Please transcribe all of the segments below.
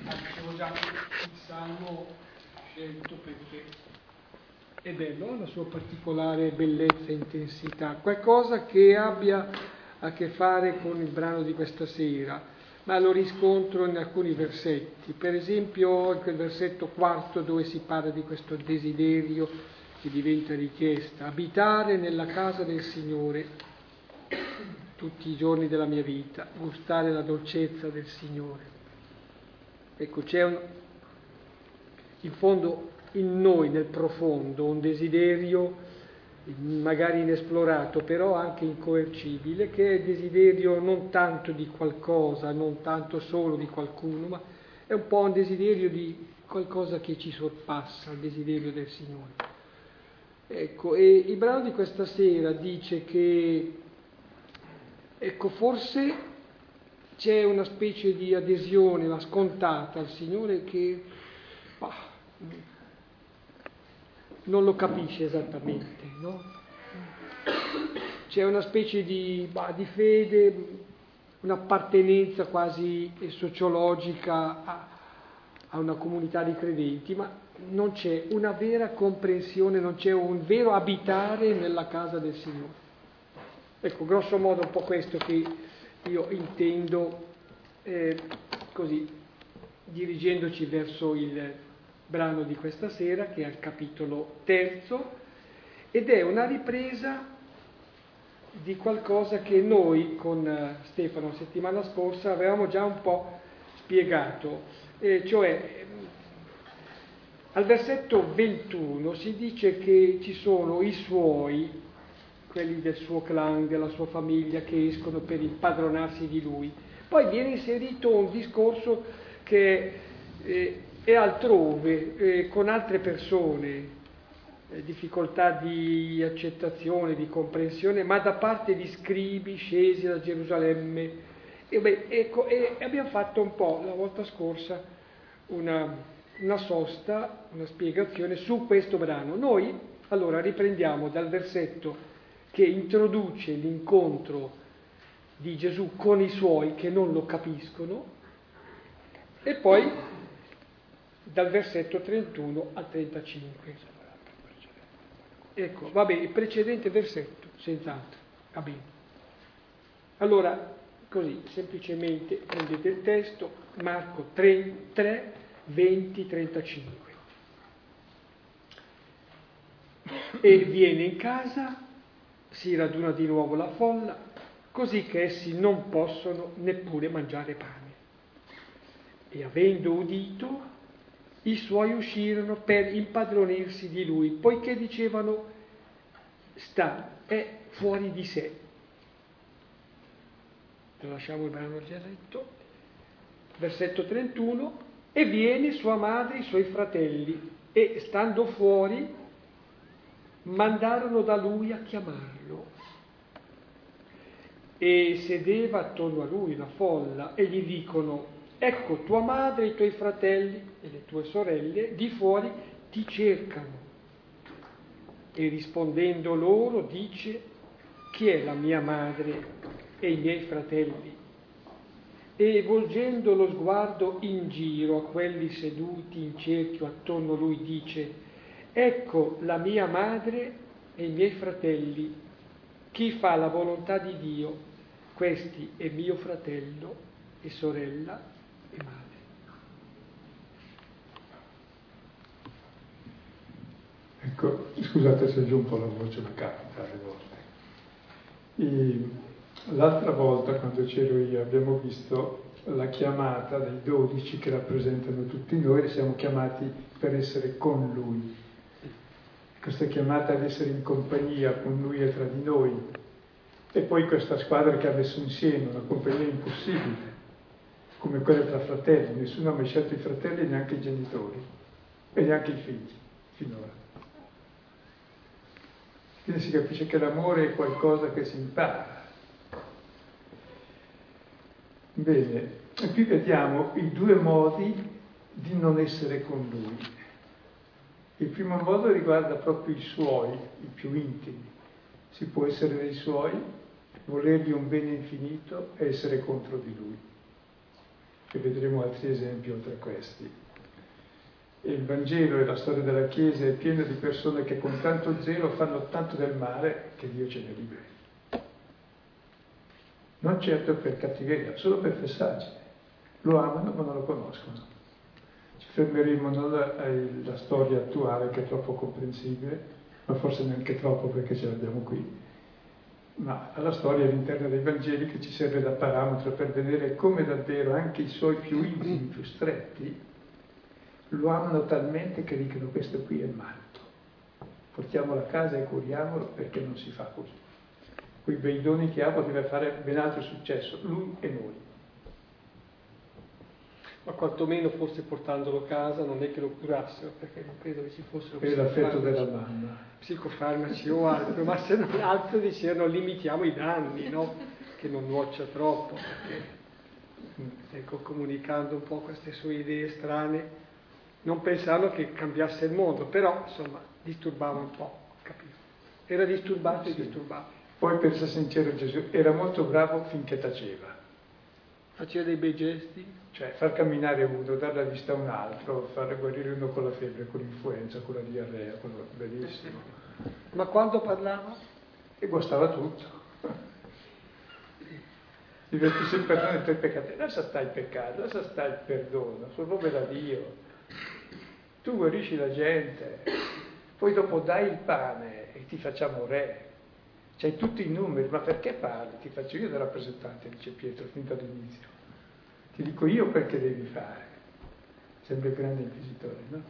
dicevo già, il Salmo scelto perché è bello, ha la sua particolare bellezza e intensità, qualcosa che abbia a che fare con il brano di questa sera, ma lo riscontro in alcuni versetti. Per esempio in quel versetto quarto dove si parla di questo desiderio che diventa richiesta: abitare nella casa del Signore tutti i giorni della mia vita, gustare la dolcezza del Signore. Ecco, in fondo in noi, nel profondo, un desiderio magari inesplorato, però anche incoercibile, che è il desiderio non tanto di qualcosa, non tanto solo di qualcuno, ma è un po' un desiderio di qualcosa che ci sorpassa, il desiderio del Signore. Ecco, e il brano di questa sera dice che, ecco, forse c'è una specie di adesione, ma scontata al Signore, che non lo capisce esattamente, no? C'è una specie di fede, un'appartenenza quasi sociologica a una comunità di credenti, ma non c'è una vera comprensione, non c'è un vero abitare nella casa del Signore. Ecco, grosso modo un po' questo che io intendo, così, dirigendoci verso il brano di questa sera, che è il capitolo 3, ed è una ripresa di qualcosa che noi con Stefano settimana scorsa avevamo già un po' spiegato, cioè al versetto 21 si dice che ci sono i suoi, quelli del suo clan, della sua famiglia, che escono per impadronarsi di lui. Poi viene inserito un discorso che è altrove, con altre persone, difficoltà di accettazione, di comprensione, ma da parte di scribi scesi da Gerusalemme. E abbiamo fatto un po' la volta scorsa una sosta, una spiegazione su questo brano. Noi allora riprendiamo dal versetto che introduce l'incontro di Gesù con i suoi che non lo capiscono, e poi dal versetto 31 al 35. Ecco, va bene, il precedente versetto, senz'altro, va bene. Allora, così, semplicemente prendete il testo, Marco 3, 20, 35. E viene in casa, si raduna di nuovo la folla, così che essi non possono neppure mangiare pane. E avendo udito, i suoi uscirono per impadronirsi di lui, poiché dicevano: è fuori di sé. Lasciamo il brano già letto. Versetto 31. E viene sua madre e i suoi fratelli, e stando fuori mandarono da lui a chiamarlo. E sedeva attorno a lui la folla, e gli dicono: ecco, tua madre e i tuoi fratelli e le tue sorelle di fuori ti cercano. E rispondendo loro dice: chi è la mia madre e i miei fratelli? E volgendo lo sguardo in giro a quelli seduti in cerchio attorno a lui dice: ecco la mia madre e i miei fratelli, chi fa la volontà di Dio, questi è mio fratello e sorella e madre. Ecco, scusate se giù un po' la voce, ma capita alle volte. L'altra volta, quando c'ero io, abbiamo visto la chiamata dei 12 che rappresentano tutti noi, e siamo chiamati per essere con Lui. Questa chiamata ad essere in compagnia con Lui e tra di noi. E poi questa squadra che ha messo insieme una compagnia impossibile, come quella tra fratelli. Nessuno ha mai scelto i fratelli, neanche i genitori, e neanche i figli, finora. Quindi si capisce che l'amore è qualcosa che si impara. Bene, e qui vediamo i due modi di non essere con Lui. Il primo modo riguarda proprio i suoi, i più intimi. Si può essere dei suoi, volergli un bene infinito e essere contro di Lui. e vedremo altri esempi oltre a questi. E il Vangelo e la storia della Chiesa è piena di persone che con tanto zelo fanno tanto del male che Dio ce ne liberi. Non certo per cattiveria, solo per fessaggine. Lo amano ma non lo conoscono. Ci fermeremo non alla storia attuale che è troppo comprensibile, ma forse neanche troppo perché ce l'abbiamo qui, ma alla storia all'interno dei Vangeli che ci serve da parametro per vedere come davvero anche i suoi più intimi, più stretti, lo amano talmente che dicono questo qui è matto, portiamolo a casa e curiamolo perché non si fa così. Quei bei doni che ha poteva fare ben altro successo, lui e noi. Ma quantomeno forse portandolo a casa non è che lo curassero, perché non credo che ci fossero Per l'affetto della mamma. Psicofarmaci o altro, ma se non altro dicevano limitiamo i danni, no? Che non nuoccia troppo, perché ecco, comunicando un po' queste sue idee strane, non pensavano che cambiasse il mondo, però insomma disturbava un po', capivo. Era disturbato e disturbava. Poi per essere sincero Gesù era molto bravo finché taceva. Faceva dei bei gesti. Cioè far camminare uno, dar la vista a un altro, far guarire uno con la febbre, con l'influenza, con la diarrea, bellissimo. Ma quando parlava? E guastava tutto. Divertirsi il perdono dei tuoi peccati. Lascia sta il peccato, lascia sta il perdono, sono robe da Dio. Tu guarisci la gente, poi dopo dai il pane e ti facciamo re. C'hai tutti i numeri, ma perché parli? Ti faccio io da rappresentante, dice Pietro, fin dall'inizio. Ti dico io perché devi fare. Sembra il grande inquisitore, no?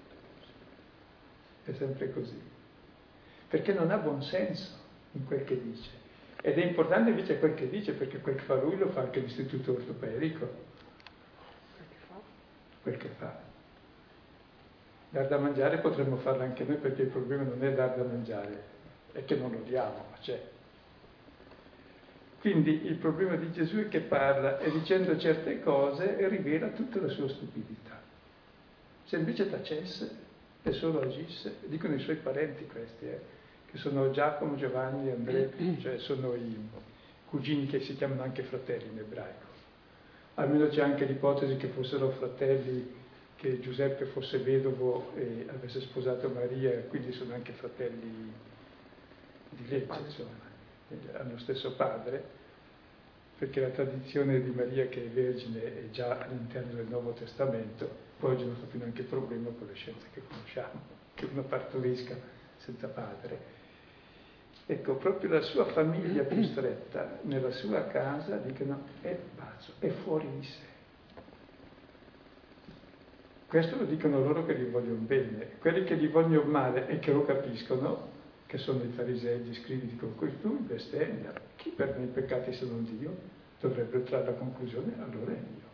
È sempre così. Perché non ha buon senso in quel che dice. Ed è importante invece quel che dice, perché quel che fa lui lo fa anche l'istituto ortopedico. Quel che fa. Dar da mangiare potremmo farlo anche noi, perché il problema non è dar da mangiare, è che non lo diamo, ma c'è. Quindi il problema di Gesù è che parla e dicendo certe cose rivela tutta la sua stupidità. Se invece tacesse e solo agisse, dicono i suoi parenti questi, che sono Giacomo, Giovanni e Andrea, cioè sono i cugini che si chiamano anche fratelli in ebraico. Almeno c'è anche l'ipotesi che fossero fratelli, che Giuseppe fosse vedovo e avesse sposato Maria, quindi sono anche fratelli di legge, insomma. Hanno lo stesso padre, perché la tradizione di Maria che è vergine è già all'interno del Nuovo Testamento, poi oggi non fa più neanche problema con le scienze che conosciamo, che uno partorisca senza padre. Ecco, proprio la sua famiglia più stretta, nella sua casa, dicono è pazzo, è fuori di sé. Questo lo dicono loro che gli vogliono bene. Quelli che gli vogliono male e che lo capiscono, che sono i farisei, gli scribi, dicono, tu bestemmia, chi per me i peccati se non Dio? Dovrebbero trarre la conclusione, allora è Dio.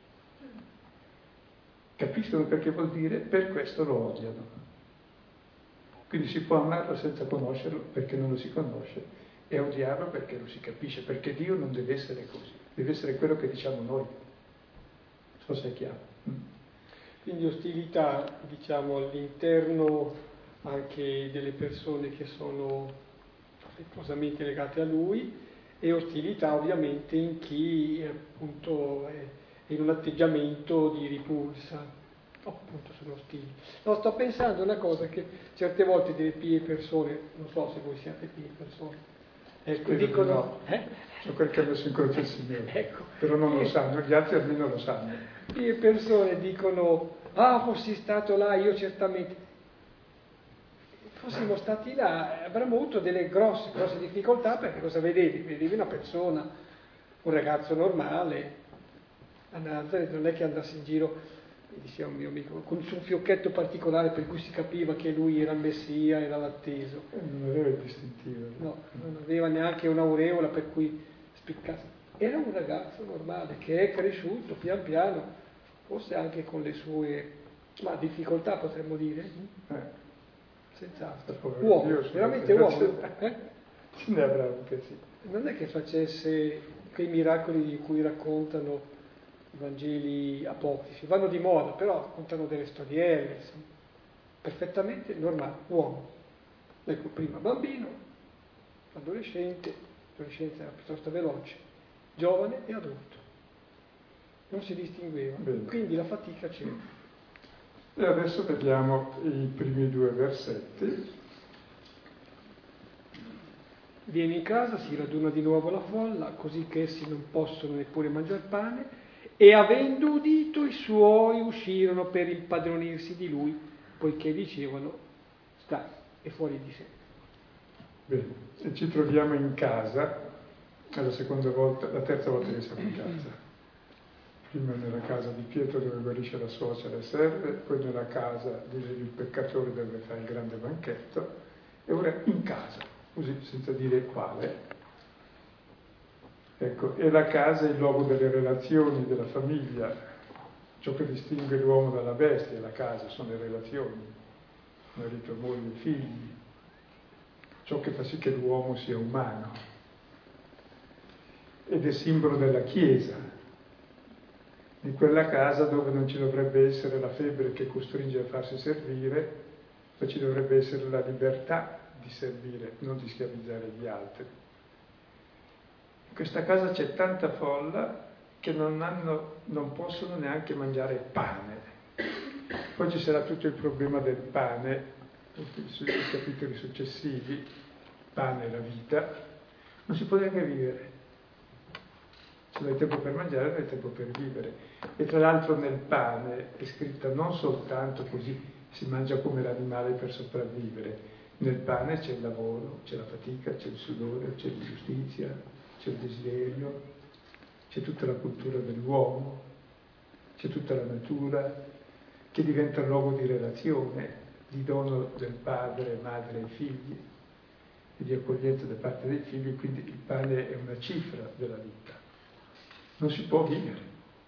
Capiscono perché vuol dire, per questo lo odiano. Quindi si può amarlo senza conoscerlo perché non lo si conosce e odiarlo perché lo si capisce, perché Dio non deve essere così, deve essere quello che diciamo noi. Non so se è chiaro. Quindi ostilità, diciamo, all'interno anche delle persone che sono affettuosamente legate a lui e ostilità ovviamente in chi appunto è in un atteggiamento di ripulsa, appunto sono ostili. No, sto pensando a una cosa che certe volte delle pie persone, non so se voi siate pie persone, ecco, dicono... No. Sono quelli che hanno messo in croce il Signore, ecco. Però non lo sanno, gli altri almeno lo sanno. Pie persone dicono, fossi stato là, io certamente... Fossimo stati là, avremmo avuto delle grosse difficoltà, perché cosa vedevi? Vedevi una persona, un ragazzo normale, a Nazareth, non è che andasse in giro, mi diceva un mio amico, con un fiocchetto particolare per cui si capiva che lui era il Messia, era l'atteso. Non aveva il distintivo. No, non aveva neanche un'aureola per cui spiccasse. Era un ragazzo normale che è cresciuto pian piano, forse anche con le sue difficoltà, potremmo dire. Senz'altro. Uomo, Dio, veramente uomo. Ce ne avrà anche sì. Non è che facesse quei miracoli di cui raccontano i Vangeli apocrifi, vanno di moda, però raccontano delle storielle, insomma. Perfettamente normale, uomo. Ecco, prima bambino, adolescente, l'adolescenza era piuttosto veloce, giovane e adulto. non si distingueva. Bene. Quindi la fatica c'era. E adesso vediamo i primi 2 versetti. Viene in casa, si raduna di nuovo la folla, così che essi non possono neppure mangiare pane, e avendo udito i suoi uscirono per impadronirsi di lui, poiché dicevano, stai, è fuori di sé. Bene, e ci troviamo in casa, è la seconda volta, la terza volta che siamo in casa. Prima nella casa di Pietro dove guarisce la suocera e le serve, poi nella casa di Gesù il peccatore dove fa il grande banchetto, e ora in casa. Così, senza dire quale. Ecco, e la casa è il luogo delle relazioni, della famiglia. Ciò che distingue l'uomo dalla bestia, la casa, sono le relazioni, marito, moglie, figli. Ciò che fa sì che l'uomo sia umano. Ed è simbolo della Chiesa, di quella casa dove non ci dovrebbe essere la febbre che costringe a farsi servire, ma ci dovrebbe essere la libertà di servire, non di schiavizzare gli altri. In questa casa c'è tanta folla che non possono neanche mangiare pane. Poi ci sarà tutto il problema del pane, sui capitoli successivi, pane è la vita, non si può neanche vivere. Se non hai tempo per mangiare, non hai tempo per vivere. E tra l'altro nel pane è scritta non soltanto così si mangia come l'animale per sopravvivere. Nel pane c'è il lavoro, c'è la fatica, c'è il sudore, c'è l'ingiustizia, c'è il desiderio, c'è tutta la cultura dell'uomo, c'è tutta la natura che diventa luogo di relazione, di dono del padre, madre e figli e di accoglienza da parte dei figli, quindi il pane è una cifra della vita. Non si può vivere.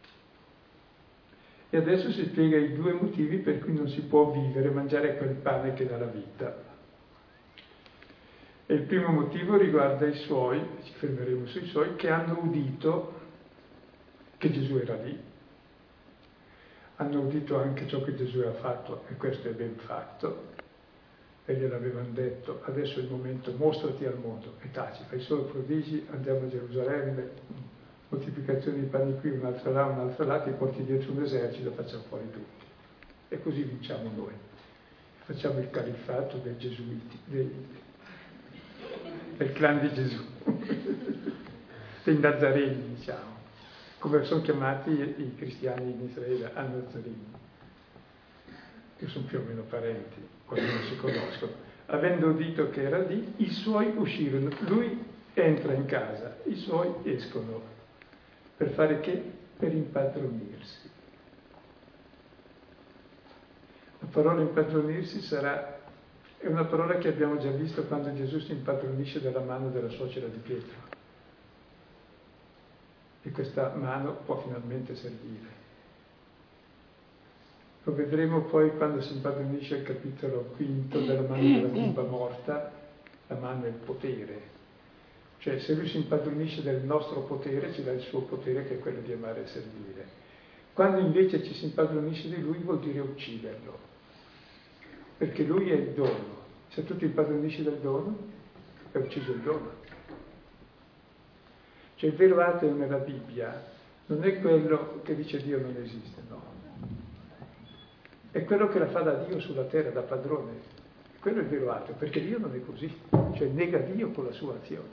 E adesso si spiega i 2 motivi per cui non si può vivere, mangiare quel pane che dà la vita. E il primo motivo riguarda i suoi, ci fermeremo sui suoi, che hanno udito che Gesù era lì. Hanno udito anche ciò che Gesù ha fatto, e questo è ben fatto. E gliel'avevano detto, adesso è il momento, mostrati al mondo. E taci, fai solo prodigi, andiamo a Gerusalemme, moltiplicazione di pani qui, un'altra là, ti porti dietro un esercito, facciamo fuori tutti. E così vinciamo noi. Facciamo il califfato dei gesuiti, del clan di Gesù, dei Nazareni, diciamo, come sono chiamati i cristiani in Israele, a Nazarini, che sono più o meno parenti, quando non si conoscono. Avendo udito che era lì, i suoi uscirono, lui entra in casa, i suoi escono, per fare che? Per impadronirsi. La parola impadronirsi è una parola che abbiamo già visto quando Gesù si impadronisce della mano della suocera di Pietro. E questa mano può finalmente servire. Lo vedremo poi quando si impadronisce il capitolo 5 della mano della bimba morta, la mano è il potere. Cioè se lui si impadronisce del nostro potere, ci dà il suo potere che è quello di amare e servire. Quando invece ci si impadronisce di lui vuol dire ucciderlo. Perché lui è il dono. Se tu ti impadronisci del dono, hai ucciso il dono. Cioè il vero ateo nella Bibbia non è quello che dice Dio non esiste, no. È quello che la fa da Dio sulla terra, da padrone. Quello è il vero ateo, perché Dio non è così. Cioè nega Dio con la sua azione.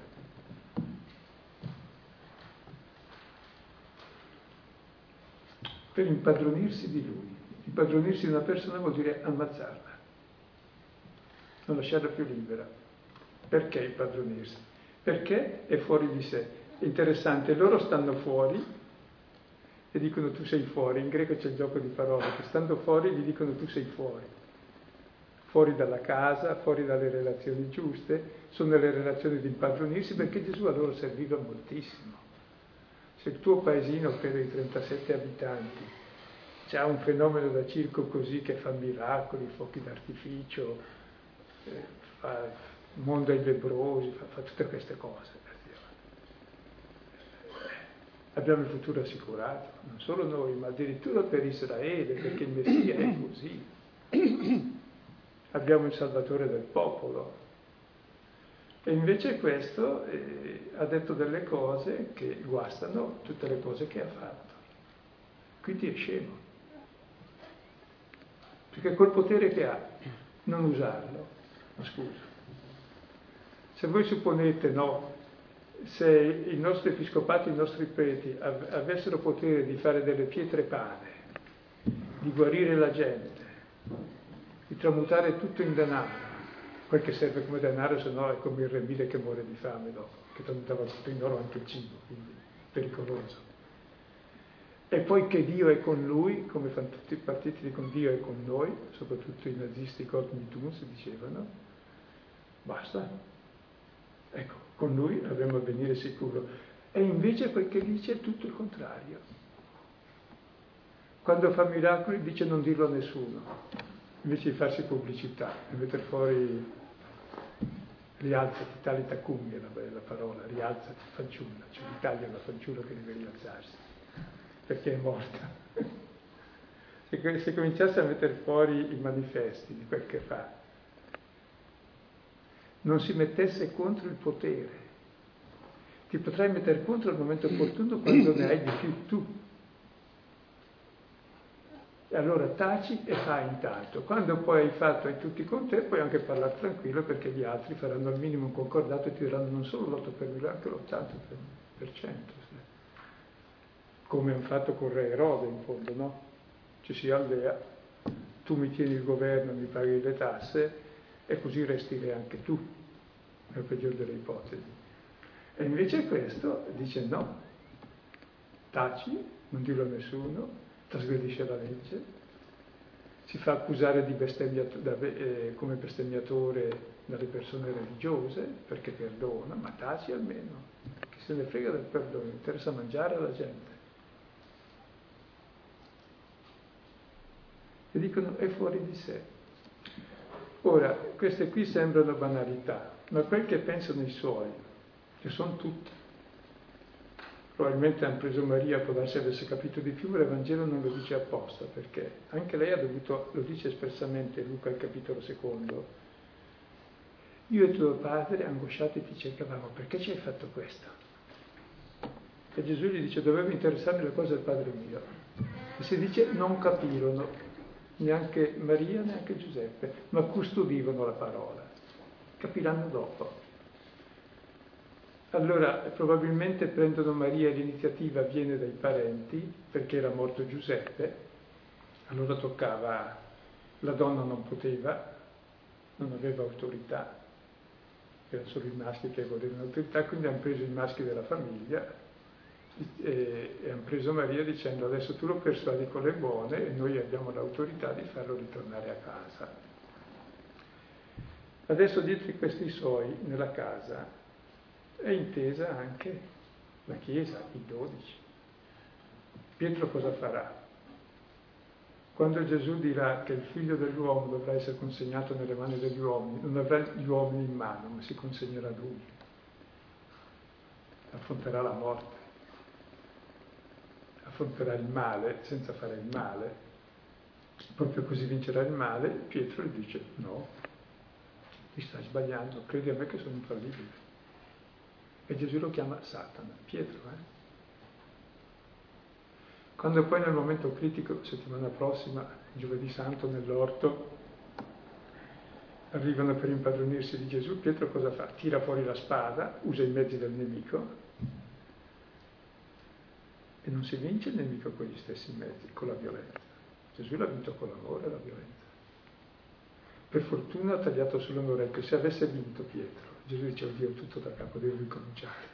Per impadronirsi di lui. Impadronirsi di una persona vuol dire ammazzarla. Non lasciarla più libera. Perché impadronirsi? Perché è fuori di sé. È interessante, loro stanno fuori e dicono tu sei fuori. In greco c'è il gioco di parole, che stando fuori gli dicono tu sei fuori. Fuori dalla casa, fuori dalle relazioni giuste, sono nelle relazioni di impadronirsi perché Gesù a loro serviva moltissimo. Se il tuo paesino per i 37 abitanti c'ha un fenomeno da circo così che fa miracoli, fuochi d'artificio, monda i lebbrosi, fa tutte queste cose. Abbiamo il futuro assicurato, non solo noi, ma addirittura per Israele, perché il Messia è così. Abbiamo il Salvatore del popolo. E invece questo ha detto delle cose che guastano tutte le cose che ha fatto. quindi è scemo. Perché col potere che ha, non usarlo. Ma scusa. Se voi supponete, no, se i nostri episcopati, i nostri preti avessero potere di fare delle pietre pane, di guarire la gente, di tramutare tutto in denaro, quel che serve come denaro, se no è come il re Mile che muore di fame dopo, che tramutava tutto in oro anche il cibo, quindi pericoloso. E poi che Dio è con lui, come fanno tutti i partiti, dicono Dio è con noi, soprattutto i nazisti Gott mit uns dicevano, basta. Ecco, con lui avremo avvenire sicuro. E invece quel che dice è tutto il contrario. Quando fa miracoli dice non dirlo a nessuno, invece di farsi pubblicità e mettere fuori rialzati, talita cum è la parola, rialzati fanciulla, cioè l'Italia è una fanciulla che deve rialzarsi, perché è morta. Se cominciasse a mettere fuori i manifesti di quel che fa, non si mettesse contro il potere, ti potrai mettere contro al momento opportuno quando ne hai di più tu. E allora taci e fai intanto. Quando poi hai fatto e tutti con te, puoi anche parlare tranquillo perché gli altri faranno al minimo un concordato e ti daranno non solo l'8 per 1000, anche l'80%. Come hanno fatto con Re Erode in fondo, no? Ci si allea, tu mi tieni il governo, mi paghi le tasse e così resti re anche tu, nel peggior delle ipotesi. E invece questo dice no, taci, non dirlo a nessuno, trasgredisce la legge, si fa accusare di come bestemmiatore dalle persone religiose perché perdona, ma taci almeno, chi se ne frega del perdono, interessa mangiare alla gente. E dicono è fuori di sé. Ora, queste qui sembrano banalità, ma quel che pensano i suoi, che sono tutti, probabilmente hanno preso Maria, può darsi avesse capito di più, ma il Vangelo non lo dice apposta, perché anche lei ha dovuto, lo dice espressamente Luca al capitolo 2, io e tuo padre angosciati ti cercavamo, perché ci hai fatto questo? E Gesù gli dice, doveva interessarmi le cose del Padre mio. E si dice, non capirono, neanche Maria, neanche Giuseppe, ma custodivano la parola. Capiranno dopo. Allora, probabilmente prendono Maria, l'iniziativa viene dai parenti, perché era morto Giuseppe, allora toccava, la donna non poteva, non aveva autorità, erano solo i maschi che volevano autorità, quindi hanno preso i maschi della famiglia e hanno preso Maria dicendo adesso tu lo persuadi con le buone e noi abbiamo l'autorità di farlo ritornare a casa. Adesso dietro questi suoi, nella casa, è intesa anche la Chiesa, i 12. Pietro cosa farà? Quando Gesù dirà che il figlio dell'uomo dovrà essere consegnato nelle mani degli uomini, non avrà gli uomini in mano, ma si consegnerà lui. Affronterà la morte, affronterà il male senza fare il male. Proprio così vincerà il male. Pietro gli dice no, ti stai sbagliando, credi a me che sono infallibile. E Gesù lo chiama Satana, Pietro. Quando poi nel momento critico, settimana prossima, giovedì santo, nell'orto, arrivano per impadronirsi di Gesù, Pietro cosa fa? Tira fuori la spada, usa i mezzi del nemico e non si vince il nemico con gli stessi mezzi, con la violenza. Gesù l'ha vinto con l'amore e la violenza. Per fortuna ha tagliato solo un orecchio. Se avesse vinto Pietro, Gesù dice, oddio, tutto da capo, devo ricominciare.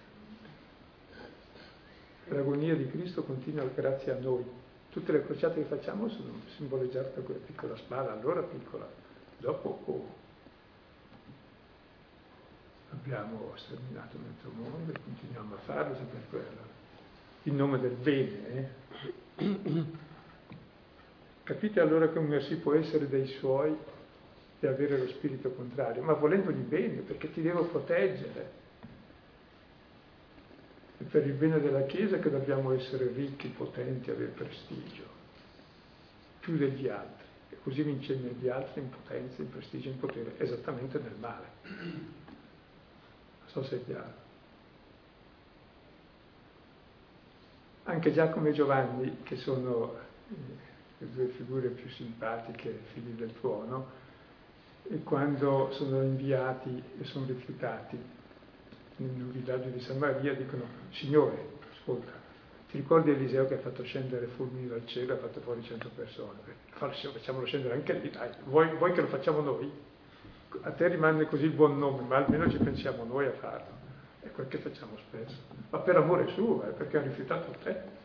L'agonia di Cristo continua grazie a noi. Tutte le crociate che facciamo sono simboleggiate da quella piccola spada, allora piccola, dopo abbiamo sterminato mezzo mondo e continuiamo a farlo sempre quello. In nome del bene. Capite allora come si può essere dei suoi e avere lo spirito contrario, ma volendogli bene, perché ti devo proteggere. È per il bene della Chiesa che dobbiamo essere ricchi, potenti, avere prestigio, più degli altri. E così vincendo gli altri in potenza, in prestigio, in potere, esattamente nel male. Non so se è chiaro. anche Giacomo e Giovanni, che sono le due figure più simpatiche, figli del tuono, e quando sono inviati e sono rifiutati nel villaggio di Samaria, dicono: Signore, ascolta, ti ricordi Eliseo che ha fatto scendere fulmini dal cielo e ha fatto fuori 100 persone? Facciamolo scendere anche lì, dai. Vuoi che lo facciamo noi? A te rimane così il buon nome, ma almeno ci pensiamo noi a farlo. È quel che facciamo spesso, ma per amore suo, perché ha rifiutato te.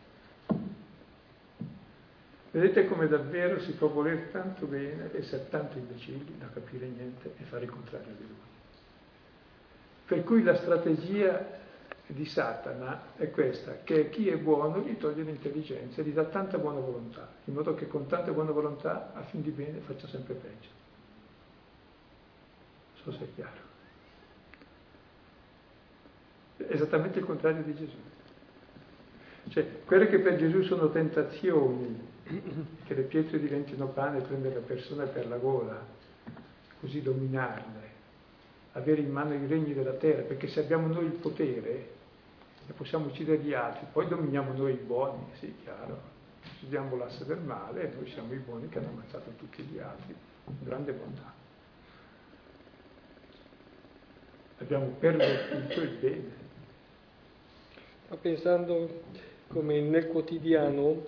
Vedete come davvero si può volere tanto bene, essere tanto imbecilli da capire niente e fare il contrario di lui. Per cui la strategia di Satana è questa, che chi è buono gli toglie l'intelligenza e gli dà tanta buona volontà, in modo che con tanta buona volontà, a fin di bene, faccia sempre peggio. Non so se è chiaro. È esattamente il contrario di Gesù. Cioè, quelle che per Gesù sono tentazioni, che le pietre diventino pane e prendere la persona per la gola, così dominarle, avere in mano i regni della terra, perché se abbiamo noi il potere e possiamo uccidere gli altri, poi dominiamo noi i buoni, sì, chiaro, ci diamo l'asse del male e noi siamo i buoni che hanno ammazzato tutti gli altri, con grande bontà. Abbiamo pervertito il bene. Sto pensando come nel quotidiano,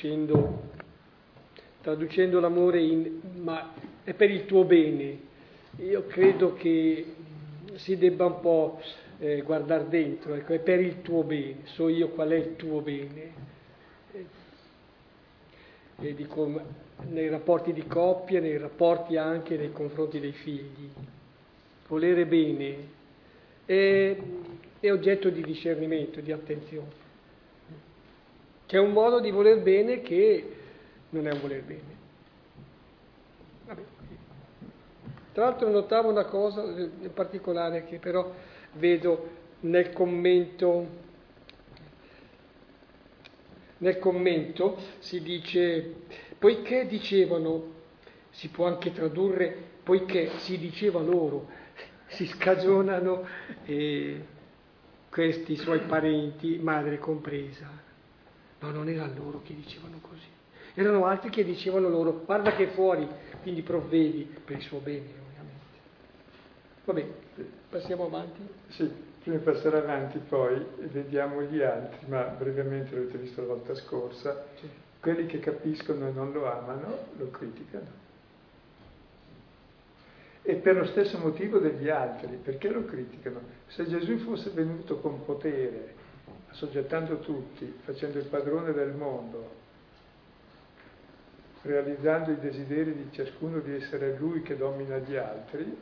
traducendo l'amore ma è per il tuo bene. Io credo che si debba un po' guardare dentro, ecco, è per il tuo bene, so io qual è il tuo bene. E dico, nei rapporti di coppia, nei rapporti anche nei confronti dei figli. Volere bene è oggetto di discernimento, di attenzione. C'è un modo di voler bene che non è un voler bene. Vabbè. Tra l'altro notavo una cosa in particolare che però vedo nel commento si dice, poiché dicevano, si può anche tradurre, poiché si diceva loro, si scagionano questi suoi parenti, madre compresa. No, non erano loro che dicevano così, erano altri che dicevano loro, guarda che fuori, quindi provvedi per il suo bene, ovviamente. Vabbè, passiamo avanti. Sì, prima di passare avanti poi vediamo gli altri, ma brevemente l'avete visto la volta scorsa, Sì. Quelli che capiscono e non lo amano lo criticano. E per lo stesso motivo degli altri, perché lo criticano? Se Gesù fosse venuto con potere, assoggettando tutti, facendo il padrone del mondo, realizzando i desideri di ciascuno di essere lui che domina gli altri,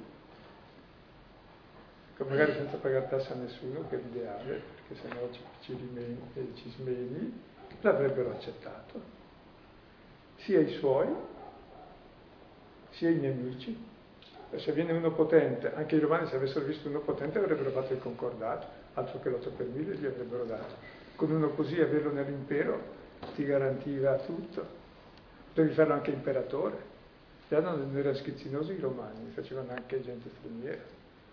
magari senza pagare tasse a nessuno, che è l'ideale, perché sennò ci smeni, l'avrebbero accettato, sia i suoi, sia i nemici. Se viene uno potente, anche i romani se avessero visto uno potente avrebbero fatto il concordato, altro che l'8 per 1000 gli avrebbero dato. Con uno così averlo nell'impero ti garantiva tutto. Devi farlo anche imperatore. Già non erano schizzinosi i romani, facevano anche gente straniera.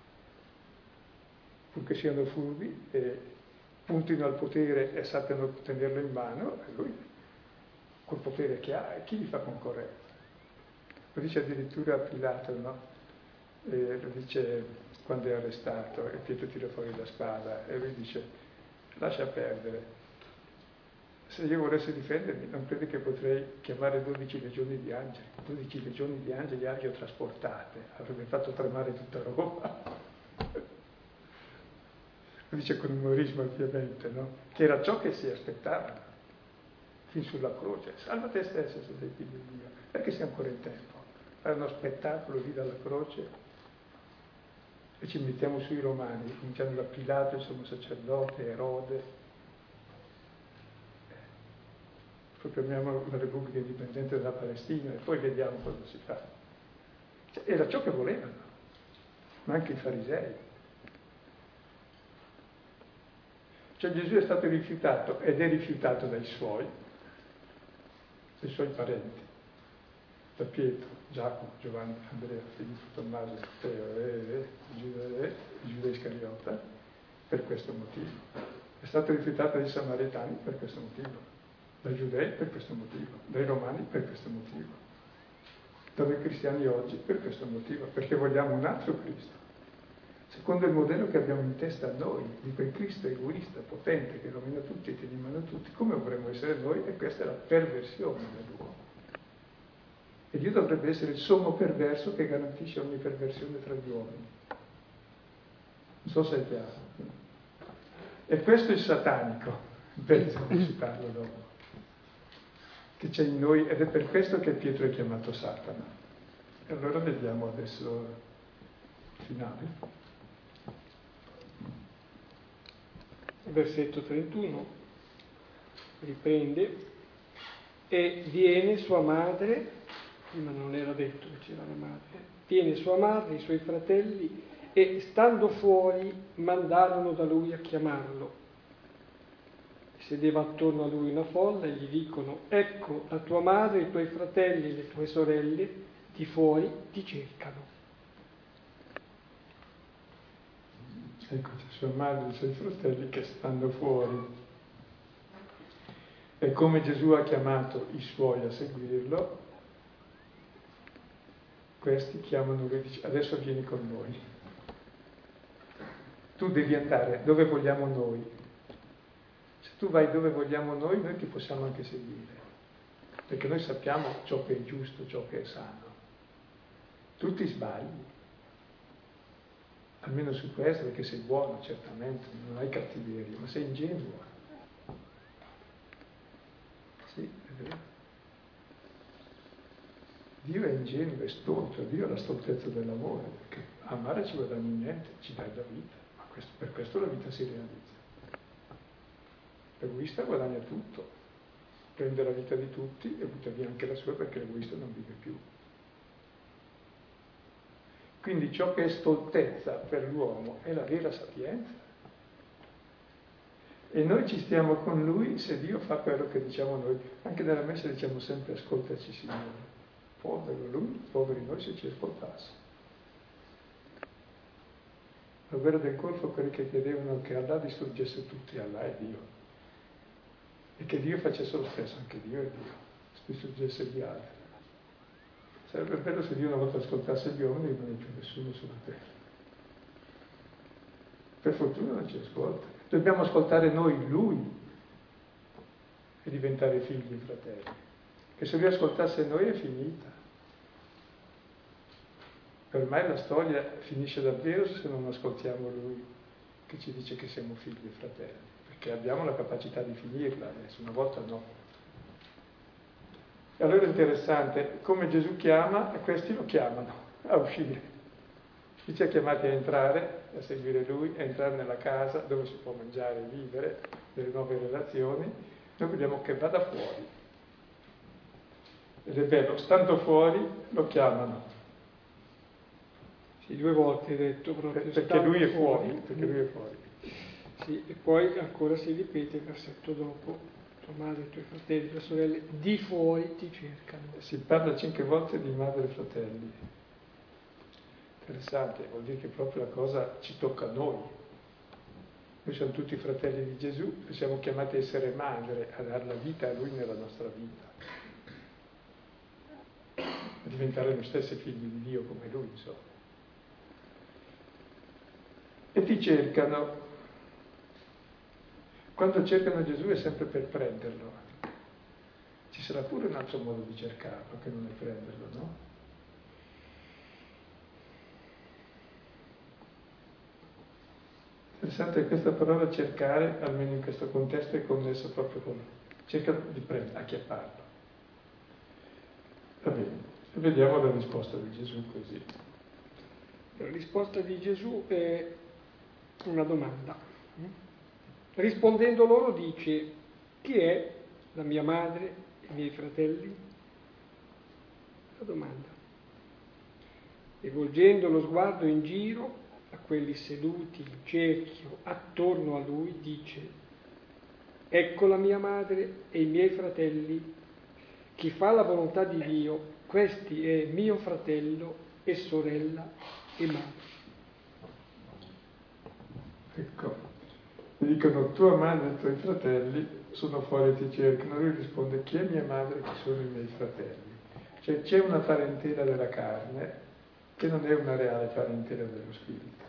Purché siano furbi e puntino al potere e sappiano tenerlo in mano, e lui, col potere che ha, chi gli fa concorrenza? Lo dice addirittura Pilato, no? Lo dice quando è arrestato e Pietro tira fuori la spada e lui dice: lascia perdere, se io volessi difendermi non credi che potrei chiamare 12 legioni di angeli? 12 legioni di angeli aviotrasportate, avrebbe fatto tremare tutta Roma. Lo dice con umorismo ovviamente, no? Che era ciò che si aspettavano fin sulla croce. Salva te stesso se sei figlio di Dio, perché sei ancora in tempo. Fare uno spettacolo lì dalla croce e ci mettiamo sui romani, cominciando da Pilato, il sommo sacerdote, Erode. Proclamiamo una repubblica indipendente dalla Palestina e poi vediamo cosa si fa. Cioè, era ciò che volevano, ma anche i farisei. Cioè Gesù è stato rifiutato ed è rifiutato dai suoi parenti, da Pietro, Giacomo, Giovanni, Andrea, Filippo, Tommaso, Matteo, Giuda Iscariota, per questo motivo. È stata rifiutata dai Samaritani per questo motivo, dai Giudei per questo motivo, dai Romani per questo motivo, dai cristiani oggi per questo motivo, perché vogliamo un altro Cristo, secondo il modello che abbiamo in testa noi, di quel Cristo egoista, potente, che domina tutti e tiene in mano tutti, come vorremmo essere noi, e questa è la perversione dell'uomo. E Dio dovrebbe essere il sommo perverso che garantisce ogni perversione tra gli uomini. Non so se è chiaro. E questo è il satanico, penso che ci parlo dopo, che c'è in noi, ed è per questo che Pietro è chiamato Satana. E allora vediamo adesso il finale. Versetto 31, riprende, e viene sua madre, prima non era detto che c'era la madre, viene sua madre, i suoi fratelli, e stando fuori mandarono da lui a chiamarlo. Sedeva attorno a lui una folla e gli dicono: ecco, la tua madre, i tuoi fratelli e le tue sorelle di fuori ti cercano. Ecco, c'è sua madre e i suoi fratelli che stanno fuori. E come Gesù ha chiamato i suoi a seguirlo, questi chiamano lui e dicono: adesso vieni con noi. Tu devi andare dove vogliamo noi. Se tu vai dove vogliamo noi ti possiamo anche seguire. Perché noi sappiamo ciò che è giusto, ciò che è sano. Tu ti sbagli. Almeno su questo, perché sei buono, certamente, non hai cattiveria, ma sei ingenuo. Sì, è vero. Dio è ingenuo, è stolto, Dio ha la stoltezza dell'amore, perché amare ci guadagni niente, ci dai la vita, ma per questo la vita si realizza. L'egoista guadagna tutto, prende la vita di tutti e butta via anche la sua, perché l'egoista non vive più. Quindi ciò che è stoltezza per l'uomo è la vera sapienza. E noi ci stiamo con lui se Dio fa quello che diciamo noi. Anche nella messa diciamo sempre: ascoltaci Signore. Povero lui, poveri noi se ci ascoltasse. La guerra del Golfo, quelli che chiedevano che Allah distruggesse tutti, Allah è Dio. E che Dio facesse lo stesso, anche Dio è Dio, distruggesse gli altri. Sarebbe bello se Dio una volta ascoltasse gli uomini e non è più nessuno sulla terra. Per fortuna non ci ascolta. Dobbiamo ascoltare noi Lui e diventare figli e fratelli. Che se Lui ascoltasse noi è finita. Per me la storia finisce davvero se non ascoltiamo Lui, che ci dice che siamo figli e fratelli. Perché abbiamo la capacità di finirla adesso, una volta no. E allora è interessante, come Gesù chiama, e questi lo chiamano a uscire. Chi ci ha chiamati a entrare, a seguire Lui, a entrare nella casa dove si può mangiare e vivere, delle nuove relazioni, noi vogliamo che vada fuori. Ed è bello, stando fuori lo chiamano. Sì, 2 volte hai detto proprio. Perché Lui è fuori, perché Lui è fuori. Sì, e poi ancora si ripete il versetto dopo: tua madre, i tuoi fratelli, le tue sorelle di fuori ti cercano. Si parla 5 volte di madre e fratelli. Interessante, vuol dire che proprio la cosa ci tocca a noi. Noi siamo tutti fratelli di Gesù e siamo chiamati a essere madre, a dare la vita a Lui nella nostra vita. A diventare noi stessi figli di Dio come Lui, insomma. E ti cercano. Quando cercano Gesù è sempre per prenderlo. Ci sarà pure un altro modo di cercarlo che non è prenderlo, no? Interessante che questa parola cercare, almeno in questo contesto, è connesso proprio con cercano di prendere, acchiapparlo. Va bene, e vediamo la risposta di Gesù così. La risposta di Gesù è una domanda. Rispondendo loro dice: chi è la mia madre e i miei fratelli? La domanda. E volgendo lo sguardo in giro a quelli seduti in cerchio attorno a lui dice: ecco la mia madre e i miei fratelli. Chi fa la volontà di Dio, questi è mio fratello e sorella e madre. Ecco, mi dicono tua madre e i tuoi fratelli sono fuori e ti cercano, lui risponde chi è mia madre e chi sono i miei fratelli. Cioè c'è una parentela della carne che non è una reale parentela dello spirito.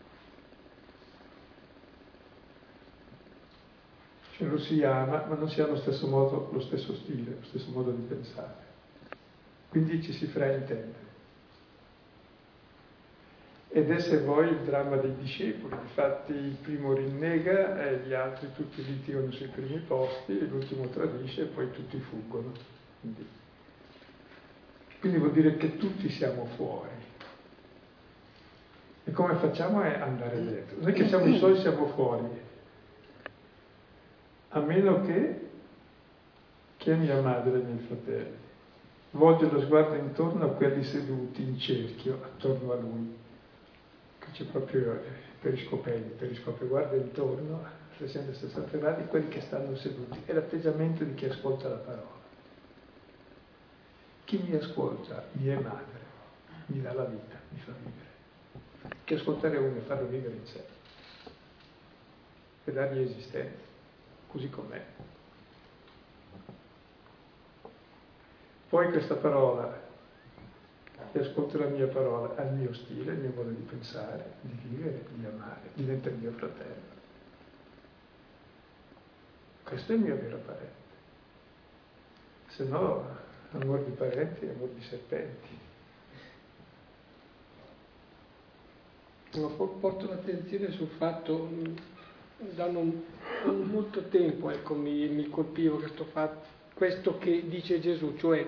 Cioè lo si ama, ma non si ha allo stesso modo, lo stesso stile, lo stesso modo di pensare. Quindi ci si fraintende. Ed è se vuoi il dramma dei discepoli, infatti il primo rinnega e gli altri tutti litigano sui primi posti, e l'ultimo tradisce e poi tutti fuggono. Quindi vuol dire che tutti siamo fuori. E come facciamo è andare dentro. Noi che siamo i soli siamo fuori, a meno che chi è mia madre e i miei fratelli. Volge lo sguardo intorno a quelli seduti in cerchio attorno a lui. C'è proprio periscopio, guarda intorno, 360 gradi, quelli che stanno seduti. È l'atteggiamento di chi ascolta la parola. Chi mi ascolta mi è madre, mi dà la vita, mi fa vivere. Che ascoltare uno e farlo vivere in sé, e dargli esistenza, così com'è. Poi questa parola, chi ascolta la mia parola, ha il mio stile, il mio modo di pensare, di vivere, di amare, diventa il mio fratello. Questo è il mio vero parente. Se no, amor di parenti, amor di serpenti. Porto l'attenzione sul fatto, da non molto tempo, ecco, mi colpivo questo fatto, questo che dice Gesù, cioè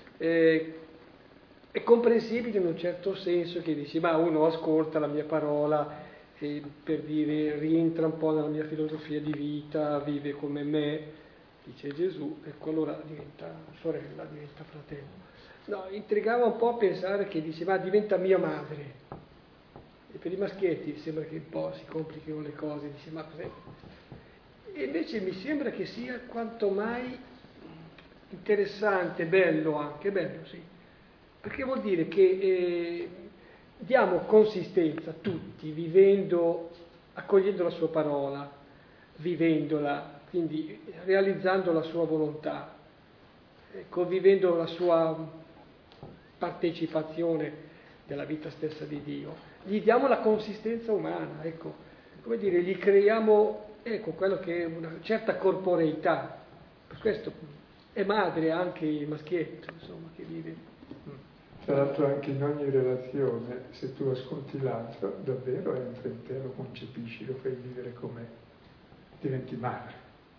è comprensibile in un certo senso che dici, ma uno ascolta la mia parola e per dire rientra un po' nella mia filosofia di vita, vive come me, dice Gesù, ecco allora diventa sorella, diventa fratello. No, intrigava un po' pensare che dice, ma diventa mia madre. E per i maschietti sembra che un po' si complichino le cose, dice, ma cos'è? E invece mi sembra che sia quanto mai interessante, bello anche, bello sì, perché vuol dire che diamo consistenza tutti, vivendo, accogliendo la sua parola, vivendola, quindi realizzando la sua volontà, convivendo la sua partecipazione della vita stessa di Dio. Gli diamo la consistenza umana, ecco, come dire, gli creiamo, ecco, quello che è una certa corporeità. Per questo è madre anche il maschietto, insomma, che vive. Tra l'altro anche in ogni relazione, se tu ascolti l'altro, davvero entra in te, lo concepisci, lo fai vivere com'è, diventi madre.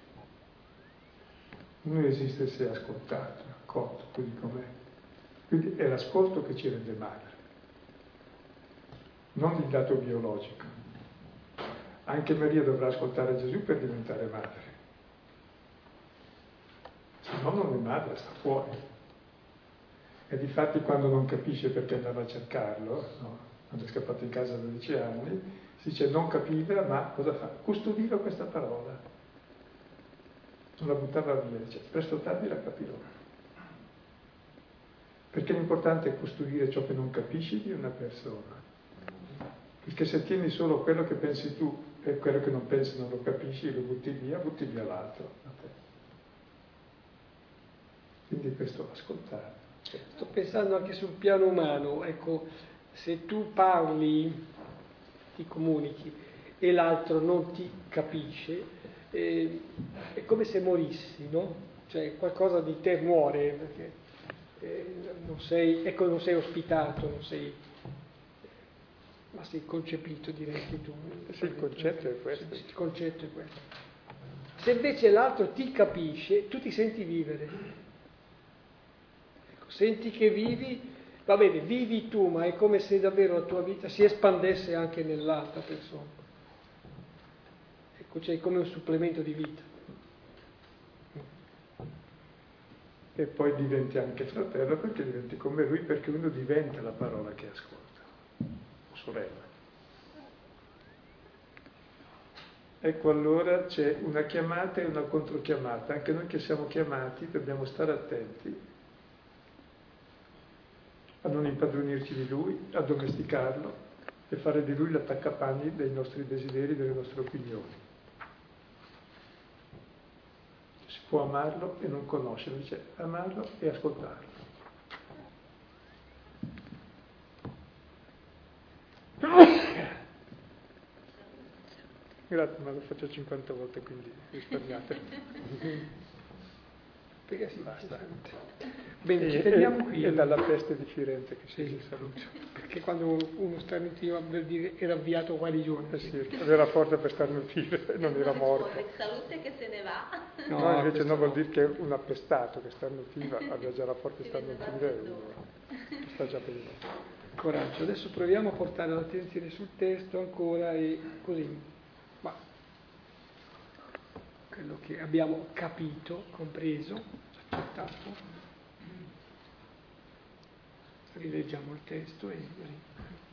Non esiste se ascoltato, accolto, così com'è. Quindi è l'ascolto che ci rende madre, non il dato biologico. Anche Maria dovrà ascoltare Gesù per diventare madre. Se no non è madre, sta fuori. E difatti quando non capisce perché andava a cercarlo, no? Quando è scappato in casa a 12 anni, si dice non capiva, ma cosa fa? Custodiva questa parola. Non la buttava via, dice presto o tardi la capirò. Perché l'importante è custodire ciò che non capisci di una persona. Perché se tieni solo quello che pensi tu e quello che non pensi non lo capisci, lo butti via l'altro. Quindi questo ascoltare. Sto pensando anche sul piano umano, ecco, se tu parli, ti comunichi e l'altro non ti capisce, è come se morissi, no? Cioè qualcosa di te muore perché non sei ospitato, ma sei concepito, direi che tu. Sì, il concetto è questo. Sì, il concetto è questo. Se invece l'altro ti capisce, tu ti senti vivere. Senti che vivi, va bene, vivi tu, ma è come se davvero la tua vita si espandesse anche nell'altra persona. Ecco, c'è come un supplemento di vita. E poi diventi anche fratello perché diventi come lui, perché uno diventa la parola che ascolta, o sorella. Ecco, allora c'è una chiamata e una controchiamata. Anche noi che siamo chiamati dobbiamo stare attenti a non impadronirci di lui, a domesticarlo e fare di lui l'attaccapanni dei nostri desideri, delle nostre opinioni. può amarlo e non conoscerlo, dice amarlo e ascoltarlo. Grazie, ma lo faccio 50 volte, quindi risparmiate. Perché si basta. Bene, ci fermiamo qui. E dalla peste di Firenze che si saluta. Perché quando uno starnutiva vuol dire era avviato quali giorni. Sì, era forte per starnutire, non era morto. Salute che se ne va. No, invece no, vuol dire che un appestato che starnutiva aveva già la forte starnutire, sta già bene. Coraggio, adesso proviamo a portare l'attenzione sul testo ancora e così, ma quello che abbiamo capito, compreso, accettato, rileggiamo il testo e così.